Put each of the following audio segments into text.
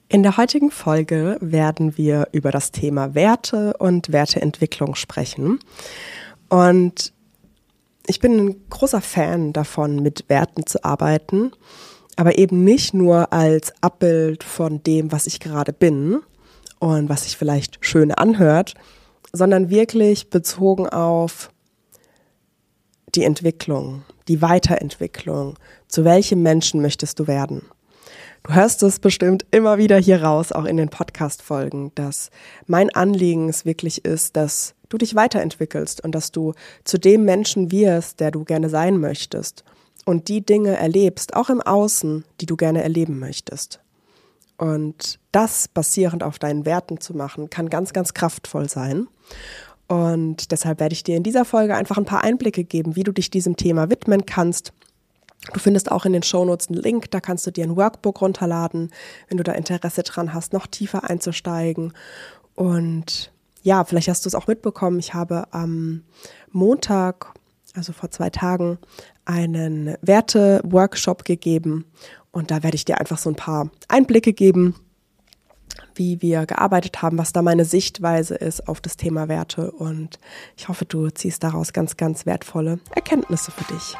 In der heutigen Folge werden wir über das Thema Werte und Werteentwicklung sprechen. Und ich bin ein großer Fan davon, mit Werten zu arbeiten, aber eben nicht nur als Abbild von dem, was ich gerade bin und was sich vielleicht schön anhört, sondern wirklich bezogen auf die Entwicklung, die Weiterentwicklung. Zu welchem Menschen möchtest du werden? Du hörst es bestimmt immer wieder hier raus, auch in den Podcast-Folgen, dass mein Anliegen es wirklich ist, dass du dich weiterentwickelst und dass du zu dem Menschen wirst, der du gerne sein möchtest und die Dinge erlebst, auch im Außen, die du gerne erleben möchtest. Und das basierend auf deinen Werten zu machen, kann ganz, ganz kraftvoll sein. Und deshalb werde ich dir in dieser Folge einfach ein paar Einblicke geben, wie du dich diesem Thema widmen kannst. Du findest auch in den Shownotes einen Link, da kannst du dir ein Workbook runterladen, wenn du da Interesse dran hast, noch tiefer einzusteigen. Und ja, vielleicht hast du es auch mitbekommen, ich habe am Montag, also vor 2 Tagen, einen Werte-Workshop gegeben. Und da werde ich dir einfach so ein paar Einblicke geben, wie wir gearbeitet haben, was da meine Sichtweise ist auf das Thema Werte. Und ich hoffe, du ziehst daraus ganz, ganz wertvolle Erkenntnisse für dich.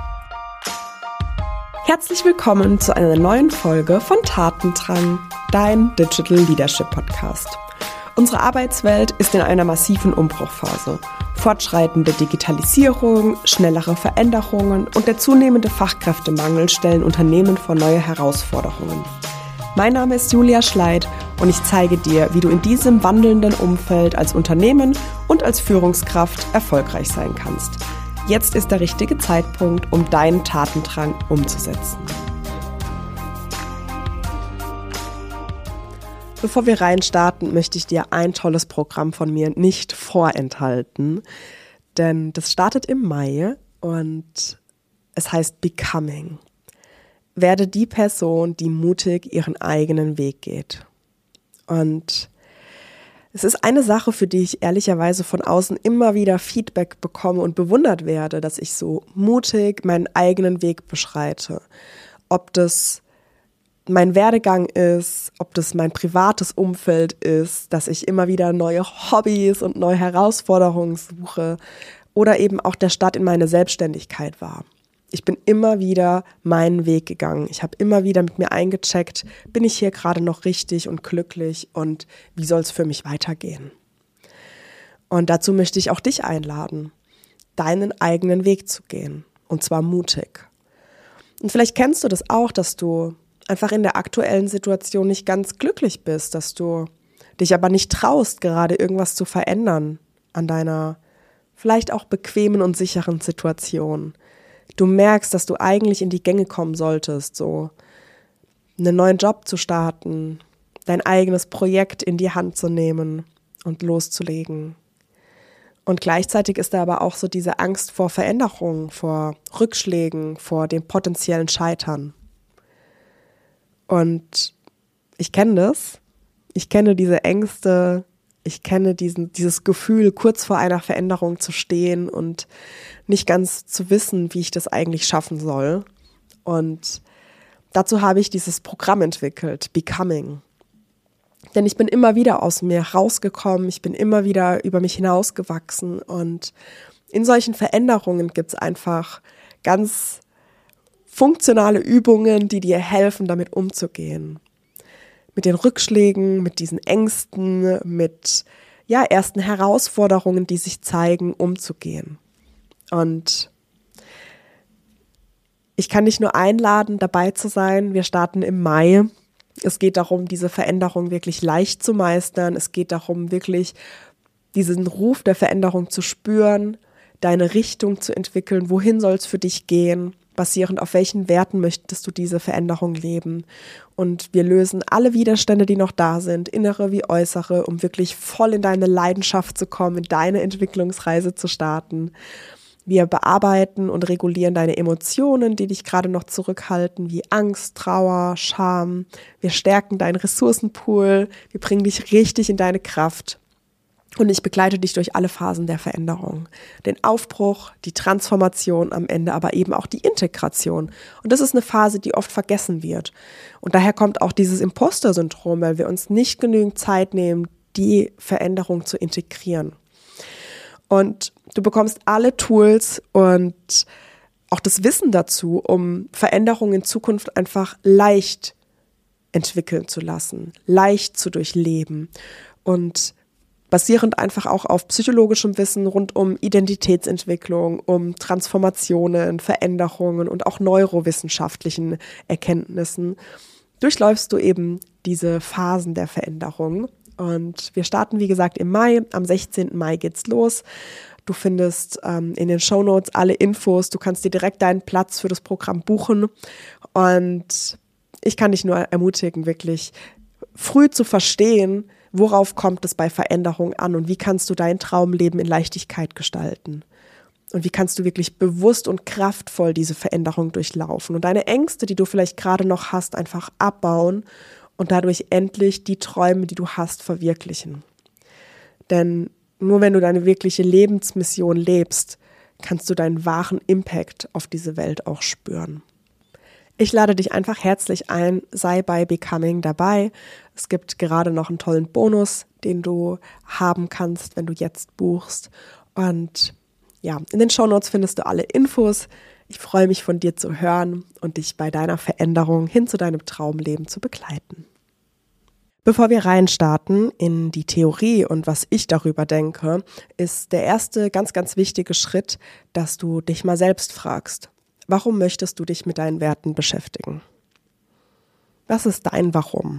Herzlich willkommen zu einer neuen Folge von Tatendrang, dein Digital Leadership Podcast. Unsere Arbeitswelt ist in einer massiven Umbruchphase. Fortschreitende Digitalisierung, schnellere Veränderungen und der zunehmende Fachkräftemangel stellen Unternehmen vor neue Herausforderungen. Mein Name ist Julia Schleid und ich zeige dir, wie du in diesem wandelnden Umfeld als Unternehmen und als Führungskraft erfolgreich sein kannst. Jetzt ist der richtige Zeitpunkt, um deinen Tatendrang umzusetzen. Bevor wir reinstarten, möchte ich dir ein tolles Programm von mir nicht vorenthalten, denn das startet im Mai und es heißt Becoming. Werde die Person, die mutig ihren eigenen Weg geht. Und es ist eine Sache, für die ich ehrlicherweise von außen immer wieder Feedback bekomme und bewundert werde, dass ich so mutig meinen eigenen Weg beschreite. Ob das mein Werdegang ist, ob das mein privates Umfeld ist, dass ich immer wieder neue Hobbys und neue Herausforderungen suche oder eben auch der Start in meine Selbstständigkeit war. Ich bin immer wieder meinen Weg gegangen. Ich habe immer wieder mit mir eingecheckt, bin ich hier gerade noch richtig und glücklich und wie soll es für mich weitergehen? Und dazu möchte ich auch dich einladen, deinen eigenen Weg zu gehen und zwar mutig. Und vielleicht kennst du das auch, dass du einfach in der aktuellen Situation nicht ganz glücklich bist, dass du dich aber nicht traust, gerade irgendwas zu verändern an deiner vielleicht auch bequemen und sicheren Situation. Du merkst, dass du eigentlich in die Gänge kommen solltest, so einen neuen Job zu starten, dein eigenes Projekt in die Hand zu nehmen und loszulegen. Und gleichzeitig ist da aber auch so diese Angst vor Veränderungen, vor Rückschlägen, vor dem potenziellen Scheitern. Und ich kenne das. Ich kenne diese Ängste. Ich kenne dieses Gefühl, kurz vor einer Veränderung zu stehen und nicht ganz zu wissen, wie ich das eigentlich schaffen soll. Und dazu habe ich dieses Programm entwickelt, Becoming. Denn ich bin immer wieder aus mir rausgekommen, ich bin immer wieder über mich hinausgewachsen. Und in solchen Veränderungen gibt es einfach ganz funktionale Übungen, die dir helfen, damit umzugehen. Mit den Rückschlägen, mit diesen Ängsten, mit ersten Herausforderungen, die sich zeigen, umzugehen. Und ich kann dich nur einladen, dabei zu sein. Wir starten im Mai. Es geht darum, diese Veränderung wirklich leicht zu meistern. Es geht darum, wirklich diesen Ruf der Veränderung zu spüren, deine Richtung zu entwickeln. Wohin soll es für dich gehen? Basierend auf welchen Werten möchtest du diese Veränderung leben? Und wir lösen alle Widerstände, die noch da sind, innere wie äußere, um wirklich voll in deine Leidenschaft zu kommen, in deine Entwicklungsreise zu starten. Wir bearbeiten und regulieren deine Emotionen, die dich gerade noch zurückhalten, wie Angst, Trauer, Scham. Wir stärken deinen Ressourcenpool, wir bringen dich richtig in deine Kraft. Und ich begleite dich durch alle Phasen der Veränderung. Den Aufbruch, die Transformation, am Ende aber eben auch die Integration. Und das ist eine Phase, die oft vergessen wird. Und daher kommt auch dieses Imposter-Syndrom, weil wir uns nicht genügend Zeit nehmen, die Veränderung zu integrieren. Und du bekommst alle Tools und auch das Wissen dazu, um Veränderungen in Zukunft einfach leicht entwickeln zu lassen, leicht zu durchleben und basierend einfach auch auf psychologischem Wissen rund um Identitätsentwicklung, um Transformationen, Veränderungen und auch neurowissenschaftlichen Erkenntnissen, durchläufst du eben diese Phasen der Veränderung. Und wir starten, wie gesagt, im Mai. Am 16. Mai geht's los. Du findest in den Shownotes alle Infos. Du kannst dir direkt deinen Platz für das Programm buchen. Und ich kann dich nur ermutigen, wirklich früh zu verstehen, worauf kommt es bei Veränderung an und wie kannst du dein Traumleben in Leichtigkeit gestalten? Und wie kannst du wirklich bewusst und kraftvoll diese Veränderung durchlaufen und deine Ängste, die du vielleicht gerade noch hast, einfach abbauen und dadurch endlich die Träume, die du hast, verwirklichen. Denn nur wenn du deine wirkliche Lebensmission lebst, kannst du deinen wahren Impact auf diese Welt auch spüren. Ich lade dich einfach herzlich ein, sei bei Becoming dabei. Es gibt gerade noch einen tollen Bonus, den du haben kannst, wenn du jetzt buchst. Und ja, in den Shownotes findest du alle Infos. Ich freue mich, von dir zu hören und dich bei deiner Veränderung hin zu deinem Traumleben zu begleiten. Bevor wir reinstarten in die Theorie und was ich darüber denke, ist der erste ganz, ganz wichtige Schritt, dass du dich mal selbst fragst. Warum möchtest du dich mit deinen Werten beschäftigen? Was ist dein Warum?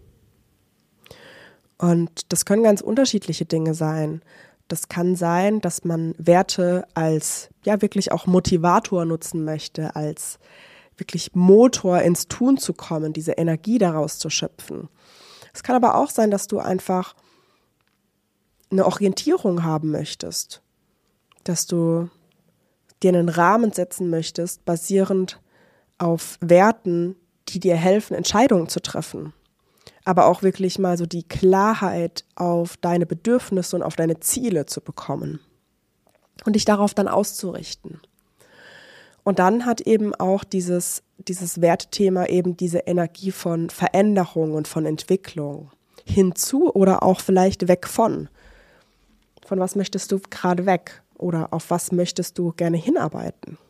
Und das können ganz unterschiedliche Dinge sein. Das kann sein, dass man Werte als ja wirklich auch Motivator nutzen möchte, als wirklich Motor ins Tun zu kommen, diese Energie daraus zu schöpfen. Es kann aber auch sein, dass du einfach eine Orientierung haben möchtest, dass du dir einen Rahmen setzen möchtest, basierend auf Werten, die dir helfen, Entscheidungen zu treffen. Aber auch wirklich mal so die Klarheit auf deine Bedürfnisse und auf deine Ziele zu bekommen und dich darauf dann auszurichten. Und dann hat eben auch dieses Wertethema eben diese Energie von Veränderung und von Entwicklung hinzu oder auch vielleicht weg von. Von was möchtest du gerade weg? Oder auf was möchtest du gerne hinarbeiten?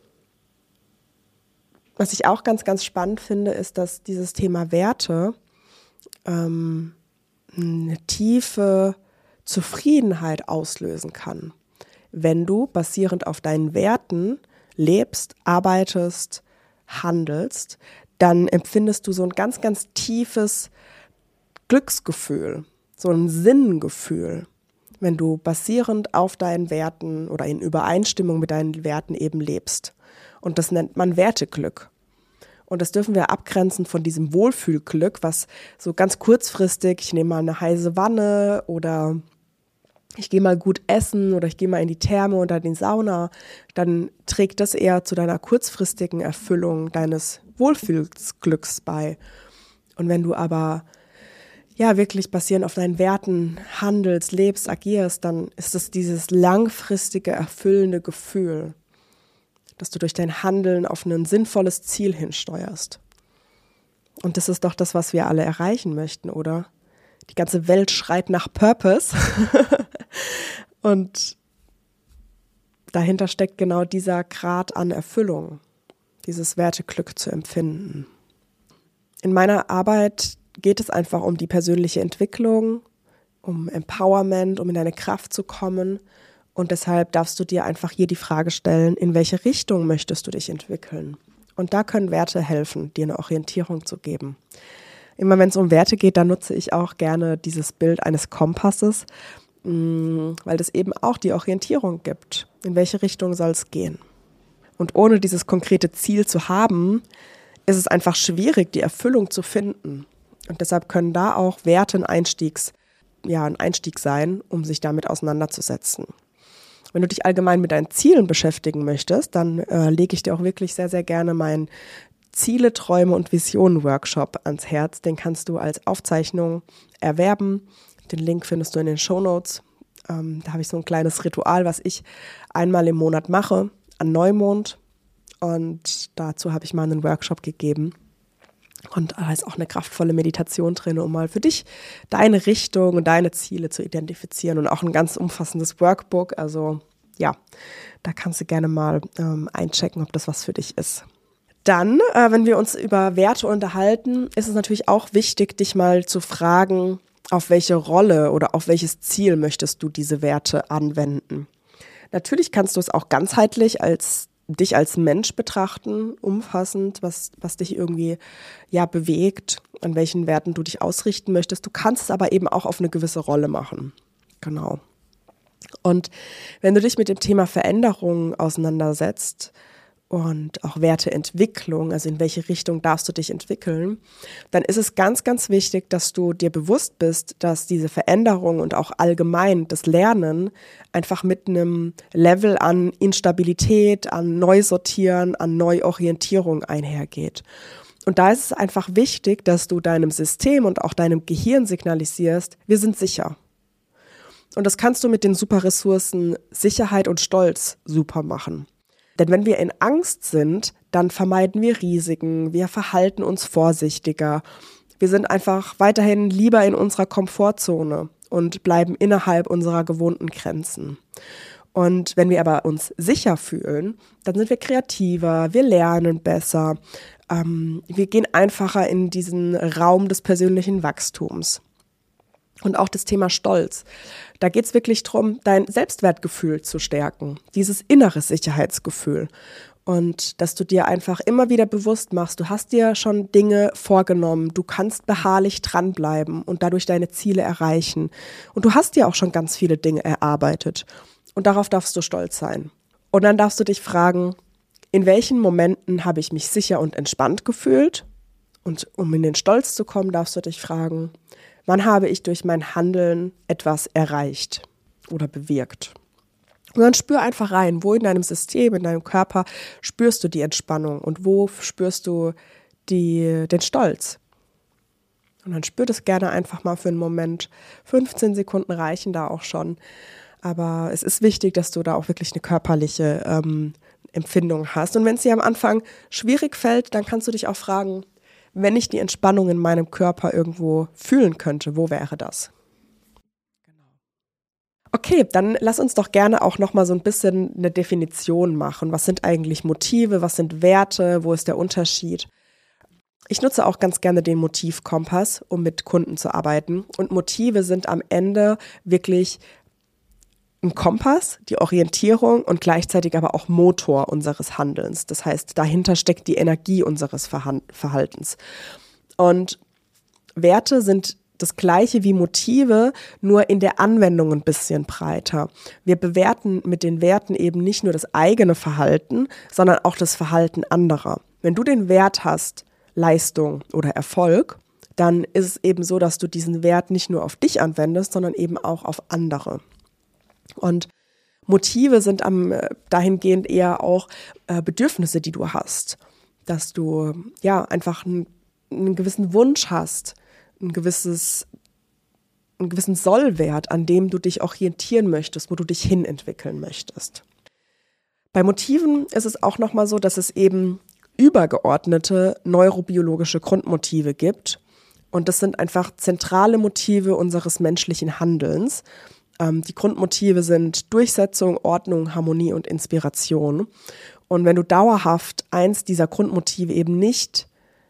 Was ich auch ganz, ganz spannend finde, ist, dass dieses Thema Werte eine tiefe Zufriedenheit auslösen kann, wenn du basierend auf deinen Werten lebst, arbeitest, handelst, dann empfindest du so ein ganz, ganz tiefes Glücksgefühl, so ein Sinngefühl, wenn du basierend auf deinen Werten oder in Übereinstimmung mit deinen Werten eben lebst. Und das nennt man Werteglück. Und das dürfen wir abgrenzen von diesem Wohlfühlglück, was so ganz kurzfristig, ich nehme mal eine heiße Wanne oder ich gehe mal gut essen oder ich gehe mal in die Therme oder in die Sauna, dann trägt das eher zu deiner kurzfristigen Erfüllung deines Wohlfühlglücks bei. Und wenn du aber ja wirklich basierend auf deinen Werten handelst, lebst, agierst, dann ist es dieses langfristige, erfüllende Gefühl, dass du durch dein Handeln auf ein sinnvolles Ziel hinsteuerst. Und das ist doch das, was wir alle erreichen möchten, oder? Die ganze Welt schreit nach Purpose. Und dahinter steckt genau dieser Grad an Erfüllung, dieses Werteglück zu empfinden. In meiner Arbeit geht es einfach um die persönliche Entwicklung, um Empowerment, um in deine Kraft zu kommen. Und deshalb darfst du dir einfach hier die Frage stellen, in welche Richtung möchtest du dich entwickeln? Und da können Werte helfen, dir eine Orientierung zu geben. Immer wenn es um Werte geht, dann nutze ich auch gerne dieses Bild eines Kompasses, weil das eben auch die Orientierung gibt. In welche Richtung soll es gehen? Und ohne dieses konkrete Ziel zu haben, ist es einfach schwierig, die Erfüllung zu finden. Und deshalb können da auch Werte ein Einstieg sein, um sich damit auseinanderzusetzen. Wenn du dich allgemein mit deinen Zielen beschäftigen möchtest, dann lege ich dir auch wirklich sehr, sehr gerne meinen Ziele, Träume und Visionen Workshop ans Herz. Den kannst du als Aufzeichnung erwerben. Den Link findest du in den Shownotes. Da habe ich so ein kleines Ritual, was ich einmal im Monat mache, an Neumond. Und dazu habe ich mal einen Workshop gegeben. Und da ist auch eine kraftvolle Meditation drin, um mal für dich deine Richtung und deine Ziele zu identifizieren. Und auch ein ganz umfassendes Workbook. Also ja, da kannst du gerne mal einchecken, ob das was für dich ist. Dann, wenn wir uns über Werte unterhalten, ist es natürlich auch wichtig, dich mal zu fragen, auf welche Rolle oder auf welches Ziel möchtest du diese Werte anwenden. Natürlich kannst du es auch ganzheitlich dich als Mensch betrachten, umfassend, was dich irgendwie bewegt, an welchen Werten du dich ausrichten möchtest. Du kannst es aber eben auch auf eine gewisse Rolle machen. Genau. Und wenn du dich mit dem Thema Veränderung auseinandersetzt und auch Werteentwicklung, also in welche Richtung darfst du dich entwickeln, dann ist es ganz, ganz wichtig, dass du dir bewusst bist, dass diese Veränderung und auch allgemein das Lernen einfach mit einem Level an Instabilität, an Neusortieren, an Neuorientierung einhergeht. Und da ist es einfach wichtig, dass du deinem System und auch deinem Gehirn signalisierst, wir sind sicher. Und das kannst du mit den Superressourcen Sicherheit und Stolz super machen. Denn wenn wir in Angst sind, dann vermeiden wir Risiken, wir verhalten uns vorsichtiger. Wir sind einfach weiterhin lieber in unserer Komfortzone und bleiben innerhalb unserer gewohnten Grenzen. Und wenn wir aber uns sicher fühlen, dann sind wir kreativer, wir lernen besser, wir gehen einfacher in diesen Raum des persönlichen Wachstums. Und auch das Thema Stolz. Da geht es wirklich darum, dein Selbstwertgefühl zu stärken, dieses innere Sicherheitsgefühl. Und dass du dir einfach immer wieder bewusst machst, du hast dir schon Dinge vorgenommen, du kannst beharrlich dranbleiben und dadurch deine Ziele erreichen. Und du hast dir auch schon ganz viele Dinge erarbeitet. Und darauf darfst du stolz sein. Und dann darfst du dich fragen, in welchen Momenten habe ich mich sicher und entspannt gefühlt? Und um in den Stolz zu kommen, darfst du dich fragen, wann habe ich durch mein Handeln etwas erreicht oder bewirkt? Und dann spür einfach rein, wo in deinem System, in deinem Körper spürst du die Entspannung und wo spürst du den Stolz? Und dann spür das gerne einfach mal für einen Moment. 15 Sekunden reichen da auch schon. Aber es ist wichtig, dass du da auch wirklich eine körperliche Empfindung hast. Und wenn es dir am Anfang schwierig fällt, dann kannst du dich auch fragen, wenn ich die Entspannung in meinem Körper irgendwo fühlen könnte, wo wäre das? Okay, dann lass uns doch gerne auch noch mal so ein bisschen eine Definition machen. Was sind eigentlich Motive? Was sind Werte? Wo ist der Unterschied? Ich nutze auch ganz gerne den Motivkompass, um mit Kunden zu arbeiten. Und Motive sind am Ende wirklich ein Kompass, die Orientierung und gleichzeitig aber auch Motor unseres Handelns. Das heißt, dahinter steckt die Energie unseres Verhaltens. Und Werte sind das Gleiche wie Motive, nur in der Anwendung ein bisschen breiter. Wir bewerten mit den Werten eben nicht nur das eigene Verhalten, sondern auch das Verhalten anderer. Wenn du den Wert hast, Leistung oder Erfolg, dann ist es eben so, dass du diesen Wert nicht nur auf dich anwendest, sondern eben auch auf andere. Und Motive sind dahingehend eher auch Bedürfnisse, die du hast. Dass du einfach einen gewissen Wunsch hast, einen gewissen Sollwert, an dem du dich orientieren möchtest, wo du dich hinentwickeln möchtest. Bei Motiven ist es auch nochmal so, dass es eben übergeordnete neurobiologische Grundmotive gibt. Und das sind einfach zentrale Motive unseres menschlichen Handelns. Die Grundmotive sind Durchsetzung, Ordnung, Harmonie und Inspiration. Und wenn du dauerhaft eins dieser Grundmotive eben nicht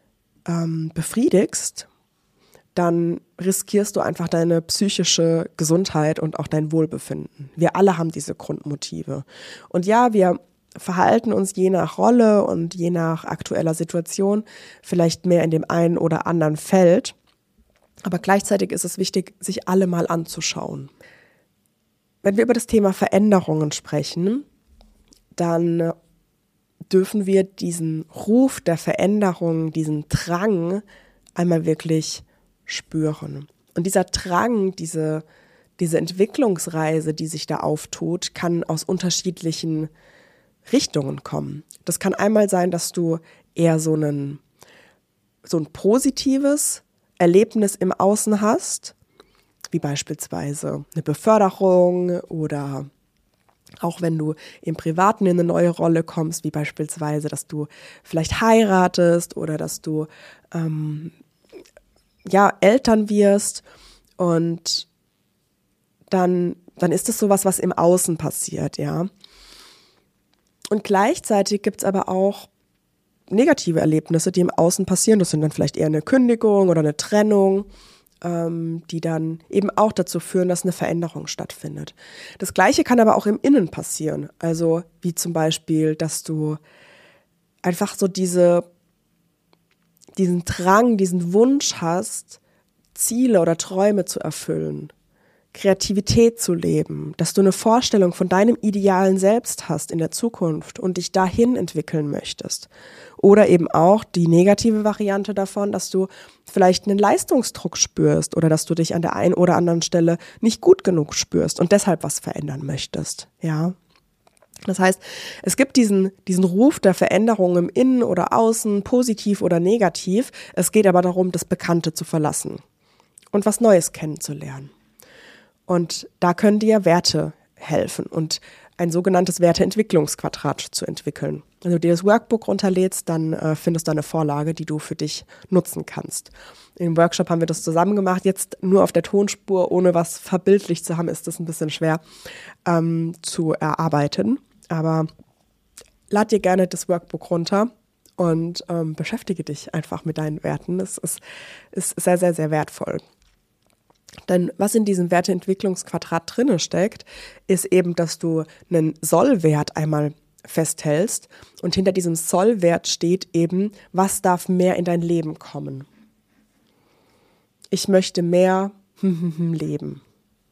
befriedigst, dann riskierst du einfach deine psychische Gesundheit und auch dein Wohlbefinden. Wir alle haben diese Grundmotive. Und ja, wir verhalten uns je nach Rolle und je nach aktueller Situation vielleicht mehr in dem einen oder anderen Feld. Aber gleichzeitig ist es wichtig, sich alle mal anzuschauen. Wenn wir über das Thema Veränderungen sprechen, dann dürfen wir diesen Ruf der Veränderung, diesen Drang einmal wirklich spüren. Und dieser Drang, diese Entwicklungsreise, die sich da auftut, kann aus unterschiedlichen Richtungen kommen. Das kann einmal sein, dass du eher so ein positives Erlebnis im Außen hast, wie beispielsweise eine Beförderung oder auch wenn du im Privaten in eine neue Rolle kommst, wie beispielsweise, dass du vielleicht heiratest oder dass du Eltern wirst, und dann ist es sowas, was im Außen passiert, ja. Und gleichzeitig gibt es aber auch negative Erlebnisse, die im Außen passieren. Das sind dann vielleicht eher eine Kündigung oder eine Trennung, die dann eben auch dazu führen, dass eine Veränderung stattfindet. Das Gleiche kann aber auch im Innen passieren. Also wie zum Beispiel, dass du einfach so diesen Drang, diesen Wunsch hast, Ziele oder Träume zu erfüllen, Kreativität zu leben, dass du eine Vorstellung von deinem idealen Selbst hast in der Zukunft und dich dahin entwickeln möchtest. Oder eben auch die negative Variante davon, dass du vielleicht einen Leistungsdruck spürst oder dass du dich an der einen oder anderen Stelle nicht gut genug spürst und deshalb was verändern möchtest. Ja. Das heißt, es gibt diesen Ruf der Veränderung im Innen oder Außen, positiv oder negativ. Es geht aber darum, das Bekannte zu verlassen und was Neues kennenzulernen. Und da können dir Werte helfen und ein sogenanntes Werteentwicklungsquadrat zu entwickeln. Wenn du dir das Workbook runterlädst, dann findest du eine Vorlage, die du für dich nutzen kannst. Im Workshop haben wir das zusammen gemacht. Jetzt nur auf der Tonspur, ohne was verbildlicht zu haben, ist das ein bisschen schwer zu erarbeiten. Aber lad dir gerne das Workbook runter und beschäftige dich einfach mit deinen Werten. Das ist sehr, sehr, sehr wertvoll. Denn was in diesem Werteentwicklungsquadrat drinne steckt, ist eben, dass du einen Sollwert einmal festhältst und hinter diesem Sollwert steht eben, was darf mehr in dein Leben kommen. Ich möchte mehr leben.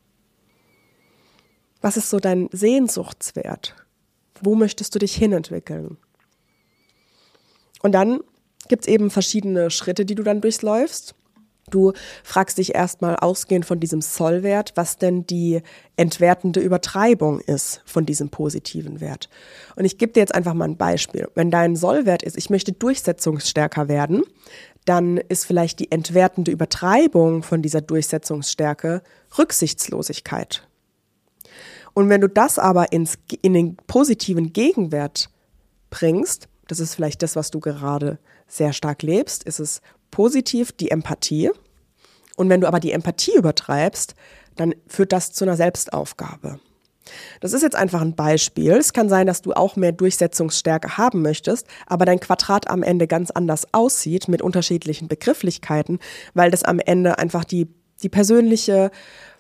Was ist so dein Sehnsuchtswert? Wo möchtest du dich hinentwickeln? Und dann gibt es eben verschiedene Schritte, die du dann durchläufst. Du fragst dich erstmal ausgehend von diesem Sollwert, was denn die entwertende Übertreibung ist von diesem positiven Wert. Und ich gebe dir jetzt einfach mal ein Beispiel. Wenn dein Sollwert ist, ich möchte durchsetzungsstärker werden, dann ist vielleicht die entwertende Übertreibung von dieser Durchsetzungsstärke Rücksichtslosigkeit. Und wenn du das aber in den positiven Gegenwert bringst, das ist vielleicht das, was du gerade sehr stark lebst, ist es positiv die Empathie. Und wenn du aber die Empathie übertreibst, dann führt das zu einer Selbstaufgabe. Das ist jetzt einfach ein Beispiel. Es kann sein, dass du auch mehr Durchsetzungsstärke haben möchtest, aber dein Quadrat am Ende ganz anders aussieht mit unterschiedlichen Begrifflichkeiten, weil das am Ende einfach die persönliche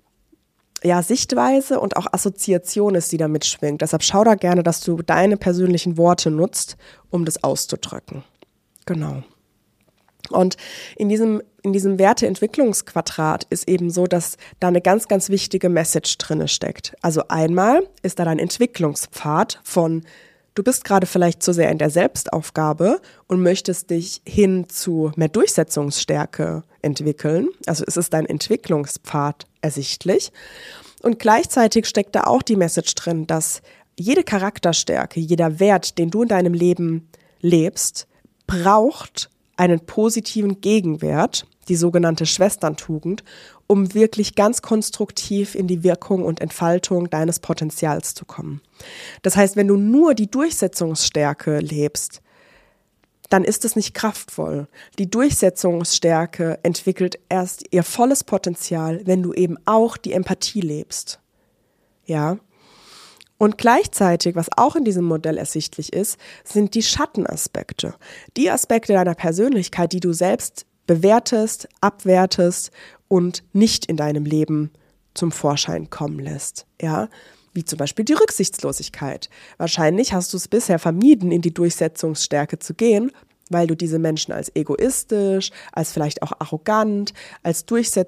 Sichtweise und auch Assoziation ist, die da mitschwingt. Deshalb schau da gerne, dass du deine persönlichen Worte nutzt, um das auszudrücken. Genau. Und in diesem Werteentwicklungsquadrat ist eben so, dass da eine ganz, ganz wichtige Message drinne steckt. Also einmal ist da dein Entwicklungspfad von, du bist gerade vielleicht zu sehr in der Selbstaufgabe und möchtest dich hin zu mehr Durchsetzungsstärke entwickeln. Also es ist dein Entwicklungspfad ersichtlich. Und gleichzeitig steckt da auch die Message drin, dass jede Charakterstärke, jeder Wert, den du in deinem Leben lebst, braucht einen positiven Gegenwert, die sogenannte Schwesterntugend, um wirklich ganz konstruktiv in die Wirkung und Entfaltung deines Potenzials zu kommen. Das heißt, wenn du nur die Durchsetzungsstärke lebst, dann ist es nicht kraftvoll. Die Durchsetzungsstärke entwickelt erst ihr volles Potenzial, wenn du eben auch die Empathie lebst. Ja? Und gleichzeitig, was auch in diesem Modell ersichtlich ist, sind die Schattenaspekte. Die Aspekte deiner Persönlichkeit, die du selbst bewertest, abwertest und nicht in deinem Leben zum Vorschein kommen lässt. Ja? Wie zum Beispiel die Rücksichtslosigkeit. Wahrscheinlich hast du es bisher vermieden, in die Durchsetzungsstärke zu gehen, weil du diese Menschen als egoistisch, als vielleicht auch arrogant, als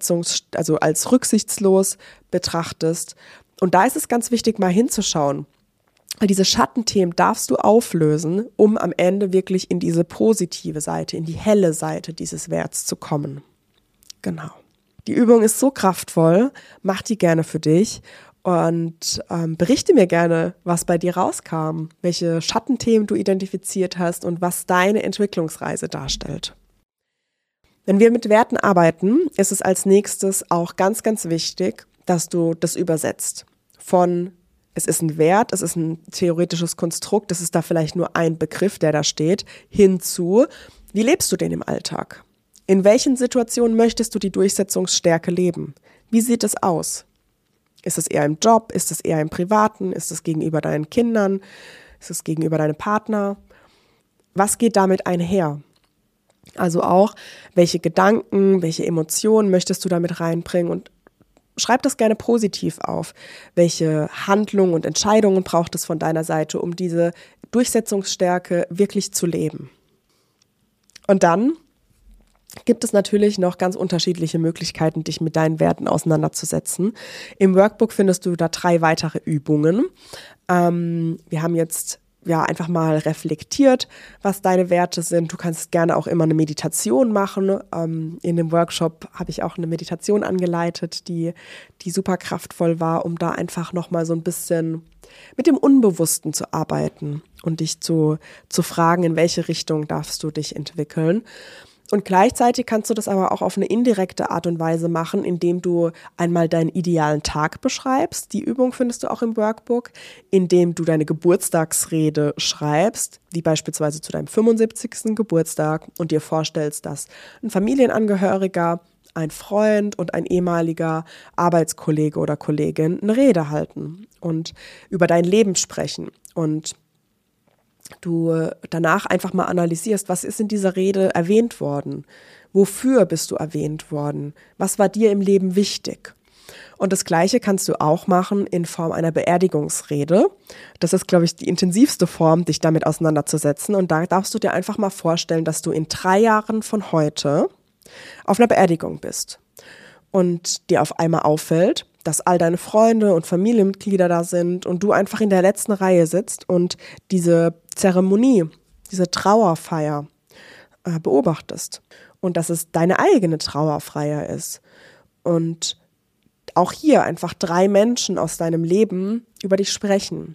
als rücksichtslos betrachtest. Und da ist es ganz wichtig, mal hinzuschauen. Weil diese Schattenthemen darfst du auflösen, um am Ende wirklich in diese positive Seite, in die helle Seite dieses Werts zu kommen. Genau. Die Übung ist so kraftvoll, mach die gerne für dich und berichte mir gerne, was bei dir rauskam, welche Schattenthemen du identifiziert hast und was deine Entwicklungsreise darstellt. Wenn wir mit Werten arbeiten, ist es als nächstes auch ganz, ganz wichtig, dass du das übersetzt. Von es ist ein Wert, es ist ein theoretisches Konstrukt, es ist da vielleicht nur ein Begriff, der da steht, hinzu, wie lebst du den im Alltag? In welchen Situationen möchtest du die Durchsetzungsstärke leben? Wie sieht es aus? Ist es eher im Job? Ist es eher im Privaten? Ist es gegenüber deinen Kindern? Ist es gegenüber deinem Partner? Was geht damit einher? Also auch, welche Gedanken, welche Emotionen möchtest du damit reinbringen und schreib das gerne positiv auf. Welche Handlungen und Entscheidungen braucht es von deiner Seite, um diese Durchsetzungsstärke wirklich zu leben? Und dann gibt es natürlich noch ganz unterschiedliche Möglichkeiten, dich mit deinen Werten auseinanderzusetzen. Im Workbook findest du da 3 weitere Übungen. Wir haben jetzt einfach mal reflektiert, was deine Werte sind. Du kannst gerne auch immer eine Meditation machen. In dem Workshop habe ich auch eine Meditation angeleitet, die super kraftvoll war, um da einfach nochmal so ein bisschen mit dem Unbewussten zu arbeiten und dich zu fragen, in welche Richtung darfst du dich entwickeln. Und gleichzeitig kannst du das aber auch auf eine indirekte Art und Weise machen, indem du einmal deinen idealen Tag beschreibst. Die Übung findest du auch im Workbook, indem du deine Geburtstagsrede schreibst, wie beispielsweise zu deinem 75. Geburtstag und dir vorstellst, dass ein Familienangehöriger, ein Freund und ein ehemaliger Arbeitskollege oder Kollegin eine Rede halten und über dein Leben sprechen und du danach einfach mal analysierst, was ist in dieser Rede erwähnt worden? Wofür bist du erwähnt worden? Was war dir im Leben wichtig? Und das Gleiche kannst du auch machen in Form einer Beerdigungsrede. Das ist, glaube ich, die intensivste Form, dich damit auseinanderzusetzen. Und da darfst du dir einfach mal vorstellen, dass du in 3 Jahren von heute auf einer Beerdigung bist und dir auf einmal auffällt, dass all deine Freunde und Familienmitglieder da sind und du einfach in der letzten Reihe sitzt und diese Zeremonie, diese Trauerfeier beobachtest und dass es deine eigene Trauerfeier ist und auch hier einfach 3 Menschen aus deinem Leben über dich sprechen.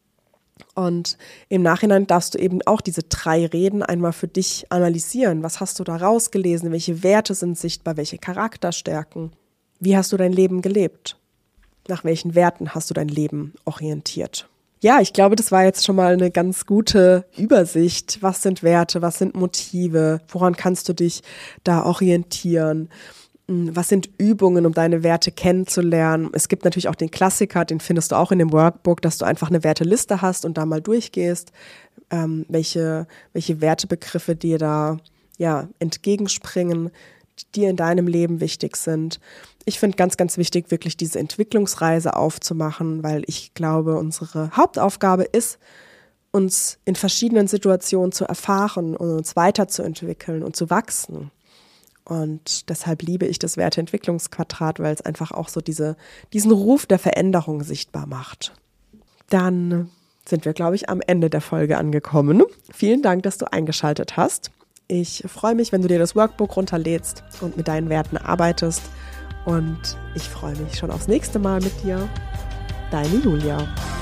Und im Nachhinein darfst du eben auch diese 3 Reden einmal für dich analysieren. Was hast du da rausgelesen? Welche Werte sind sichtbar? Welche Charakterstärken? Wie hast du dein Leben gelebt? Nach welchen Werten hast du dein Leben orientiert? Ja, ich glaube, das war jetzt schon mal eine ganz gute Übersicht. Was sind Werte? Was sind Motive? Woran kannst du dich da orientieren? Was sind Übungen, um deine Werte kennenzulernen? Es gibt natürlich auch den Klassiker, den findest du auch in dem Workbook, dass du einfach eine Werteliste hast und da mal durchgehst, welche Wertebegriffe dir da entgegenspringen, die dir in deinem Leben wichtig sind. Ich finde ganz, ganz wichtig, wirklich diese Entwicklungsreise aufzumachen, weil ich glaube, unsere Hauptaufgabe ist, uns in verschiedenen Situationen zu erfahren und uns weiterzuentwickeln und zu wachsen. Und deshalb liebe ich das Werteentwicklungsquadrat, weil es einfach auch so diesen Ruf der Veränderung sichtbar macht. Dann sind wir, glaube ich, am Ende der Folge angekommen. Vielen Dank, dass du eingeschaltet hast. Ich freue mich, wenn du dir das Workbook runterlädst und mit deinen Werten arbeitest. Und ich freue mich schon aufs nächste Mal mit dir. Deine Julia.